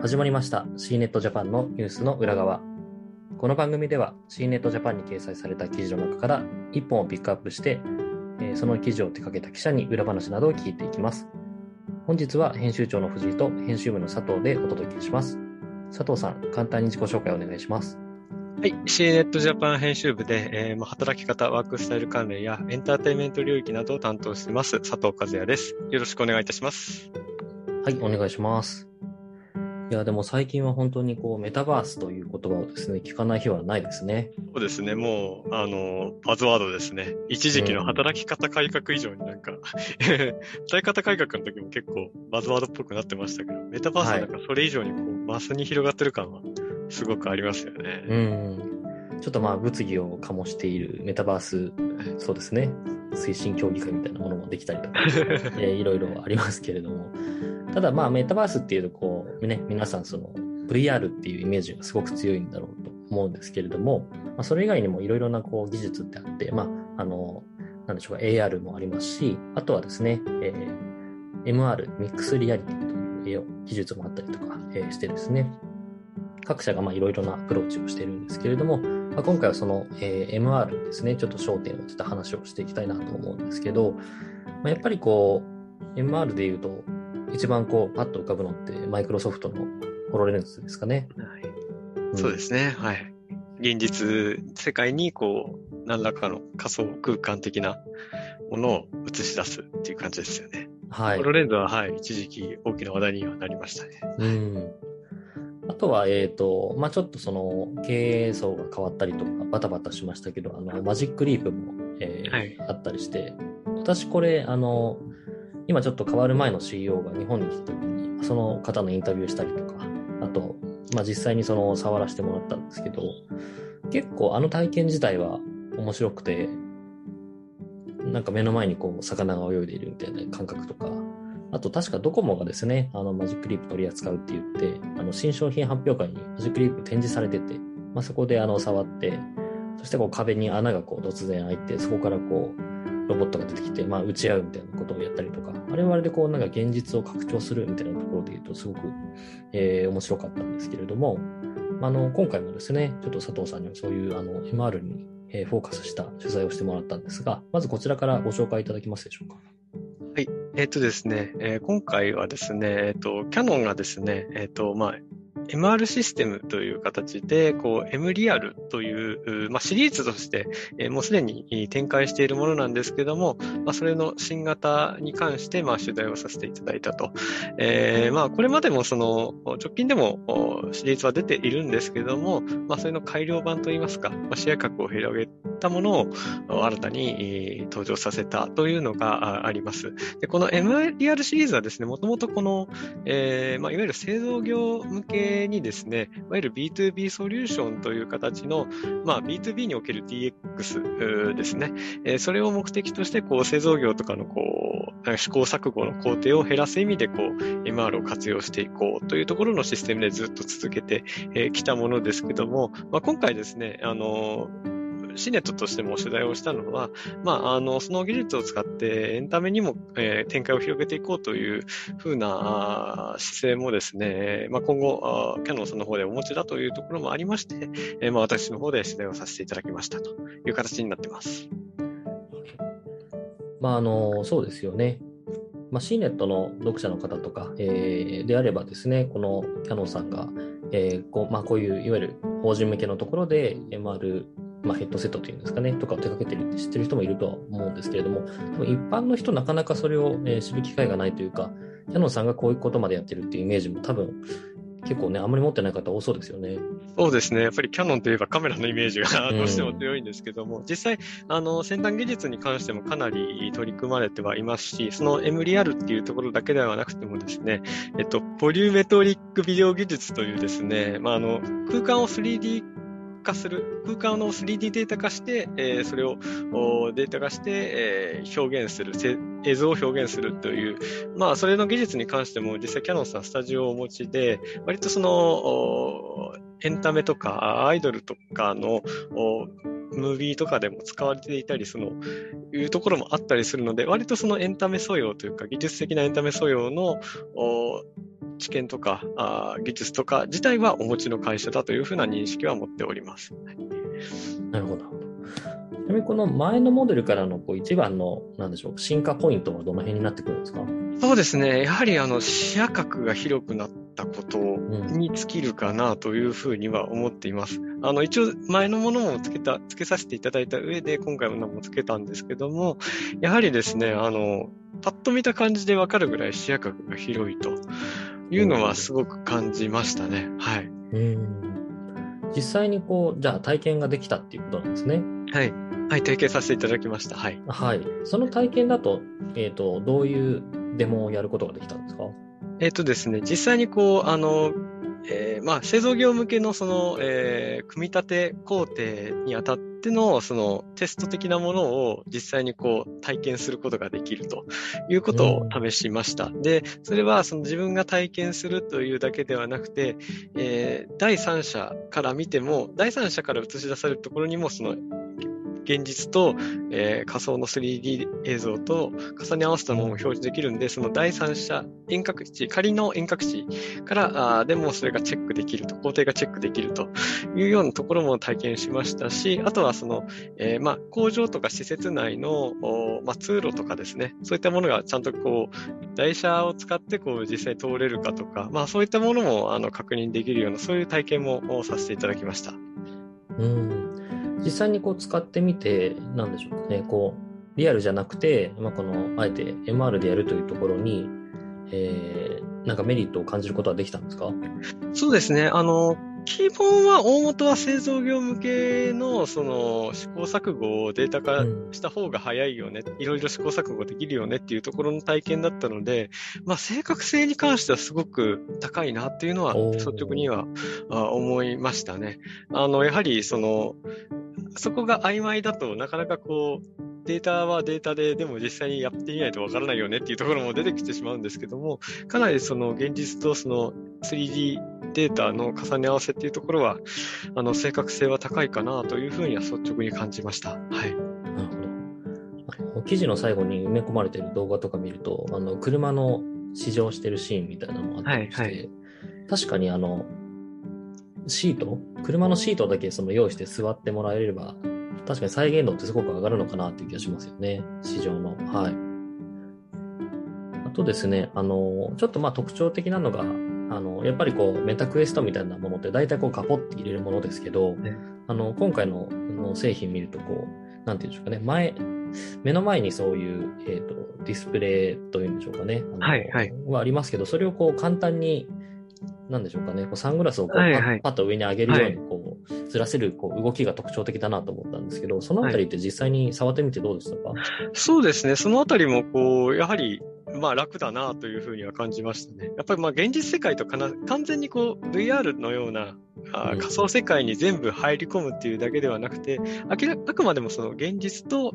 始まりました CNET Japan のニュースの裏側。この番組では CNET Japan に掲載された記事の中から1本をピックアップして、その記事を手掛けた記者に裏話などを聞いていきます。本日は編集長の藤井と編集部の佐藤でお届けします。佐藤さん、簡単に自己紹介をお願いします。 はい、CNET Japan 編集部で、働き方、ワークスタイル関連やエンターテインメント領域などを担当しています佐藤和也です。よろしくお願いいたします。 はい、お願いします。いや、でも最近は本当にメタバースという言葉をですね、聞かない日はないですね。 そうですね、もう、バズワードですね。一時期の働き方改革以上に働き方改革の時も結構バズワードっぽくなってましたけど、メタバースはなんかそれ以上にマスに広がってる感はすごくありますよね。 ちょっと物議を醸しているメタバース、そうですね、推進協議会みたいなものもできたりとか、いろいろありますけれども、ただメタバースっていうと皆さんその VR っていうイメージがすごく強いんだろうと思うんですけれども、それ以外にもいろいろな技術ってあって、なんでしょうか、AR もありますし、あとはですね、MR、ミックスリアリティという技術もあったりとかしてですね、各社がいろいろなアプローチをしているんですけれども、今回はその、MR ですね、ちょっと焦点を当てた話をしていきたいなと思うんですけど、やっぱりMR で言うと、一番パッと浮かぶのってマイクロソフトのホロレンズですかね。 はい、そうですね。はい。現実世界に何らかの仮想空間的なものを映し出すっていう感じですよね。はい。ホロレンズは一時期大きな話題にはなりましたね。 あとはちょっとその経営層が変わったりとかバタバタしましたけど、マジックリープも、あったりして、私これ今ちょっと変わる前の CEO が日本に来た時にその方のインタビューしたりとか、あと実際に触らせてもらったんですけど、結構体験自体は面白くて、なんか目の前に魚が泳いでいるみたいな感覚とか、あと確かドコモがですね、マジックリープ取り扱うって言って、新商品発表会にマジックリープ展示されてて、そこで触って、そして壁に穴が突然開いて、そこからロボットが出てきて、打ち合うみたいなことをやったりとか、あれはあれでなんか現実を拡張するみたいなところで言うとすごく、面白かったんですけれども、今回もですね、ちょっと佐藤さんにはそういうMR にフォーカスした取材をしてもらったんですが、まずこちらからご紹介いただけますでしょうか。 はい。ですね、今回はですね、キヤノンがですね、MR システムという形で、M リアルという、シリーズとして、もうすでに展開しているものなんですけども、それの新型に関して、取材をさせていただいたと。これまでも直近でもシリーズは出ているんですけども、それの改良版といいますか、視野角を広げたものを新たに登場させたというのがあります。で、この M リアルシリーズはですね、もともとこの、いわゆる製造業向けにですね、いわゆる B2B ソリューションという形の、B2B における DX ですね。それを目的として製造業とかの試行錯誤の工程を減らす意味でMR を活用していこうというところのシステムでずっと続けてきたものですけども、今回ですね、シネットとしても取材をしたのは、その技術を使ってエンタメにも、展開を広げていこうというふうな姿勢もですね、今後、キヤノンさんの方でお持ちだというところもありまして、私の方で取材をさせていただきましたという形になっています。 そうですよね。シーネットの読者の方とか、であればですね、このキヤノンさんが、こういういわゆる法人向けのところで MRヘッドセットというんですかね、とかを手掛けてるって知ってる人もいるとは思うんですけれども、多分一般の人なかなかそれを知る機会がないというか、キヤノンさんがこういうことまでやってるっていうイメージも多分結構ね、あんまり持ってない方多そうですよね。 そうですね。やっぱりキヤノンといえばカメラのイメージがどうしても強いんですけども、実際、先端技術に関してもかなり取り組まれてはいますし、その M リアルっていうところだけではなくてもですね、ボリュメトリックビデオ技術というですね、空間を 3D 化する、空間の 3D データ化して、それをデータ化して、表現する、映像を表現するという、それの技術に関しても実際キヤノンさんスタジオをお持ちで、割とそのエンタメとかアイドルとかのムービーとかでも使われていたりいうところもあったりするので、割とそのエンタメ素養というか技術的なエンタメ素養の知見とか技術とか自体はお持ちの会社だというふうな認識は持っております。 なるほど。ちなみにこの前のモデルからの一番の何でしょう、進化ポイントはどの辺になってくるんですか？ そうですね。やはり視野角が広くなったことに尽きるかなというふうには思っています。一応前のものもつけさせていただいた上で今回のもつけたんですけども、やはりですね、パッと見た感じでわかるぐらい視野角が広いというのはすごく感じましたね。はい。 実際にじゃあ体験ができたっていうことなんですね。 はい。はい、体験させていただきました。はい。 はい。その体験だと、どういうデモをやることができたんですか？ ですね、実際に製造業向けの組み立て工程にあたってのテスト的なものを実際に体験することができるということを試しました。で、それは自分が体験するというだけではなくて、第三者から見ても、第三者から映し出されるところにも現実と、仮想の 3D 映像と重ね合わせたものを表示できるんで、その第三者遠隔地、仮の遠隔地からでもそれがチェックできると、工程がチェックできるというようなところも体験しましたし、あとは工場とか施設内の通路とかですね、そういったものがちゃんと台車を使って実際通れるかとか、そういったものも確認できるような、そういう体験もさせていただきました。 実際に使ってみて、なんでしょうかね、リアルじゃなくて、あえて MR でやるというところに、なんかメリットを感じることはできたんですか？ そうですね。基本は大元は製造業向けの試行錯誤をデータ化した方が早いよね、いろいろ試行錯誤できるよねっていうところの体験だったので、正確性に関してはすごく高いなっていうのは率直には思いましたね。やはりそこが曖昧だとなかなかデータはデータでも実際にやってみないとわからないよねっていうところも出てきてしまうんですけども、かなり現実と3D データの重ね合わせっていうところは正確性は高いかなというふうには率直に感じました。はい。 なるほど。記事の最後に埋め込まれている動画とか見ると、車の試乗してるシーンみたいなのもあったりして、はいはい、確かに車のシートだけ用意して座ってもらえれば、確かに再現度ってすごく上がるのかなっていう気がしますよね。市場の。はい。あとですね、ちょっと特徴的なのが、やっぱりメタクエストみたいなものって大体カポって入れるものですけど、今回の製品見るとなんていうんでしょうかね、目の前にそういう、ディスプレイというんでしょうかね。 はいはい。 はありますけど、それを簡単になんでしょうかね、サングラスをパッと上に上げるようにずらせる動きが特徴的だなと思ったんですけど、そのあたりって実際に触ってみてどうでしたか？ そうですね、そのあたりもやはり楽だなというふうには感じましたね。やっぱり現実世界と完全にVR のような仮想世界に全部入り込むっていうだけではなくて、あくまでも現実と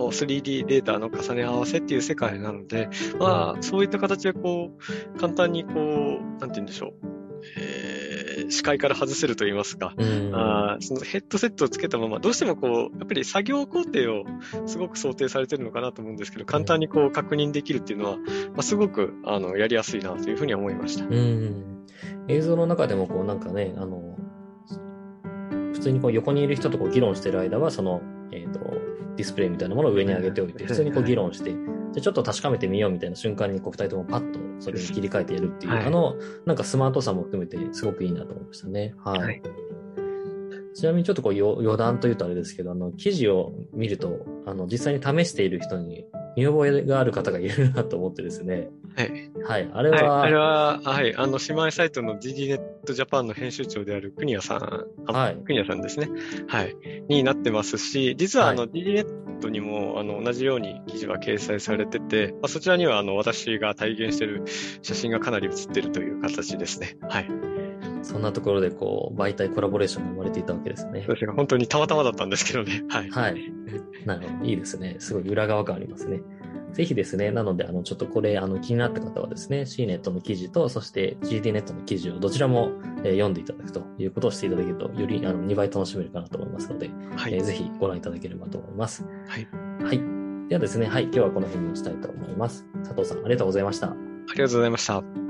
3D データの重ね合わせっていう世界なので、そういった形で簡単になんて言うんでしょう。視界から外せると言いますか、そのヘッドセットをつけたまま、どうしてもやっぱり作業工程をすごく想定されてるのかなと思うんですけど、簡単に確認できるっていうのは、すごくやりやすいなというふうに思いました。 映像の中でもなんかね、普通に横にいる人と議論してる間は、ディスプレイみたいなものを上に上げておいて、普通に議論して、じゃちょっと確かめてみようみたいな瞬間に2人ともパッとそれに切り替えてやるっていう、なんかスマートさも含めてすごくいいなと思いましたね。はい。ちなみにちょっと余談というとあれですけど、記事を見ると、実際に試している人に見覚えがある方がいるなと思ってですね。 はい。 はい。あれは、 はい。姉妹サイトの DD ネットジャパンの編集長である国谷さん、国谷さんですね。はい。になってますし、実はDD ネットにも同じように記事は掲載されてて、そちらには私が体現している写真がかなり写っているという形ですね。はい。 そんなところで媒体コラボレーションが生まれていたわけですね。 そうですね。本当にたまたまだったんですけどね。はい。 はい。なるほど。いいですね。すごい裏側感ありますね。ぜひですね、なので、ちょっとこれ、気になった方はですね、CNET の記事と、そして GDNet の記事をどちらも、読んでいただくということをしていただけると、より2倍楽しめるかなと思いますので、はい、ぜひご覧いただければと思います。 はい。 はい。ではですね、はい、今日はこの辺にしたいと思います。佐藤さん、ありがとうございました。ありがとうございました。